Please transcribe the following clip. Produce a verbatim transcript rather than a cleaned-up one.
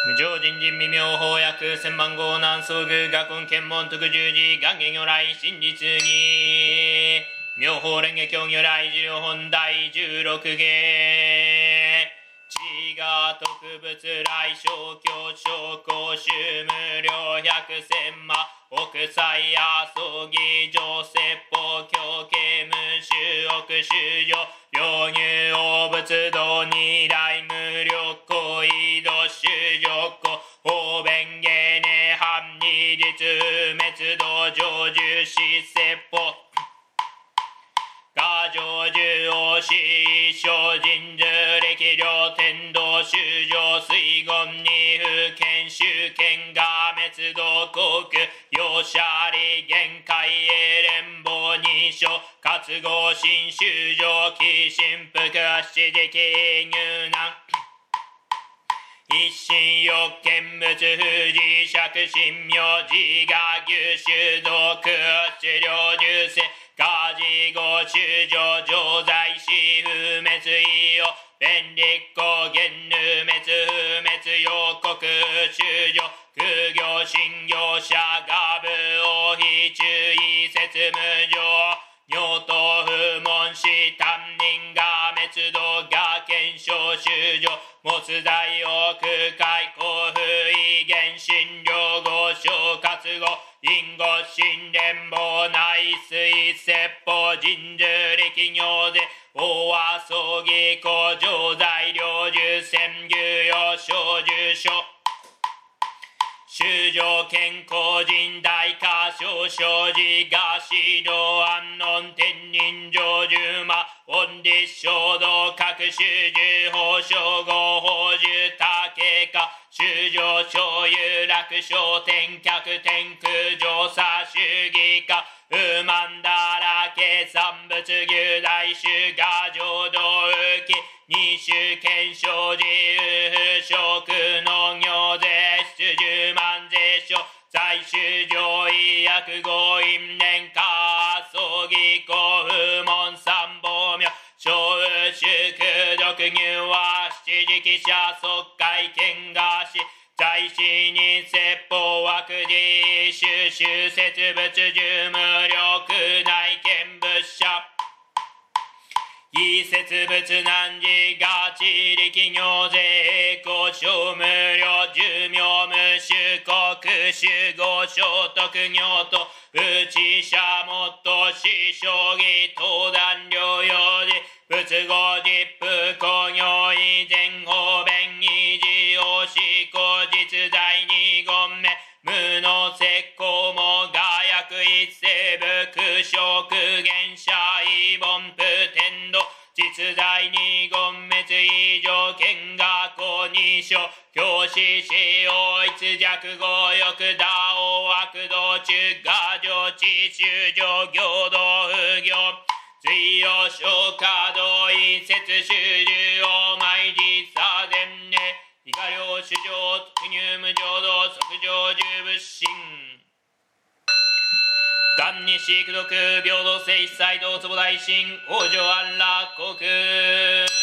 無常人人未妙法訳千万号南宋具学根検問特十字願下如来真実義妙法蓮華経如来十本第十六芸地が特物来小教小公衆無料百千万億歳や葬儀上説法教刑無収億修上領入応仏道二来無力行為度修上行法弁芸ネ反二律滅道成就し説法過上十王子小人樹歴量天道修上水言二不見宗権が滅道国容赦利限界へ連邦二所活合新修上起神福七時期入難一心欲見物不自釈神妙自我牛修道苦治療重生ガジゴ修上常在死不滅意を弁立公言ぬ滅不滅予告修上苦行信行者が部王非注意説無常尿頭不問し担任が滅度が検証修上没罪を空海公不異言診療後小活後因果神連邦内水説法人樹力行で大和葬儀工場材料重宣牛用小重所修上健康人大化小生寺が指導安穏天人上十魔恩立衝動各修十法称号法十多経過修上小有楽小天客天空上差主義化不満だらけ三仏牛大衆が浄土浮き二種検証自由食農業税出十万税所在州上位約五因年下葬儀公不問三宝名小祝毒牛は七時期者即会見がし在死に説法枠自収集説物十無力内見物者異説物難事が地力行税公証無料寿命無収国集合所得業と内者もっと死将棋登壇療養時仏語実布工業以前法弁維持を施行実在二言目無の石膏もが約一世仏食原者異凡不天道実在二言滅以上見学校二所教師使用一弱語欲打王悪道中画上地修上行道不行水曜消化道一節修十王毎日左前ね以下領主上特入無浄土即上十仏心元日苦毒平等性一切道坪大神往生安楽国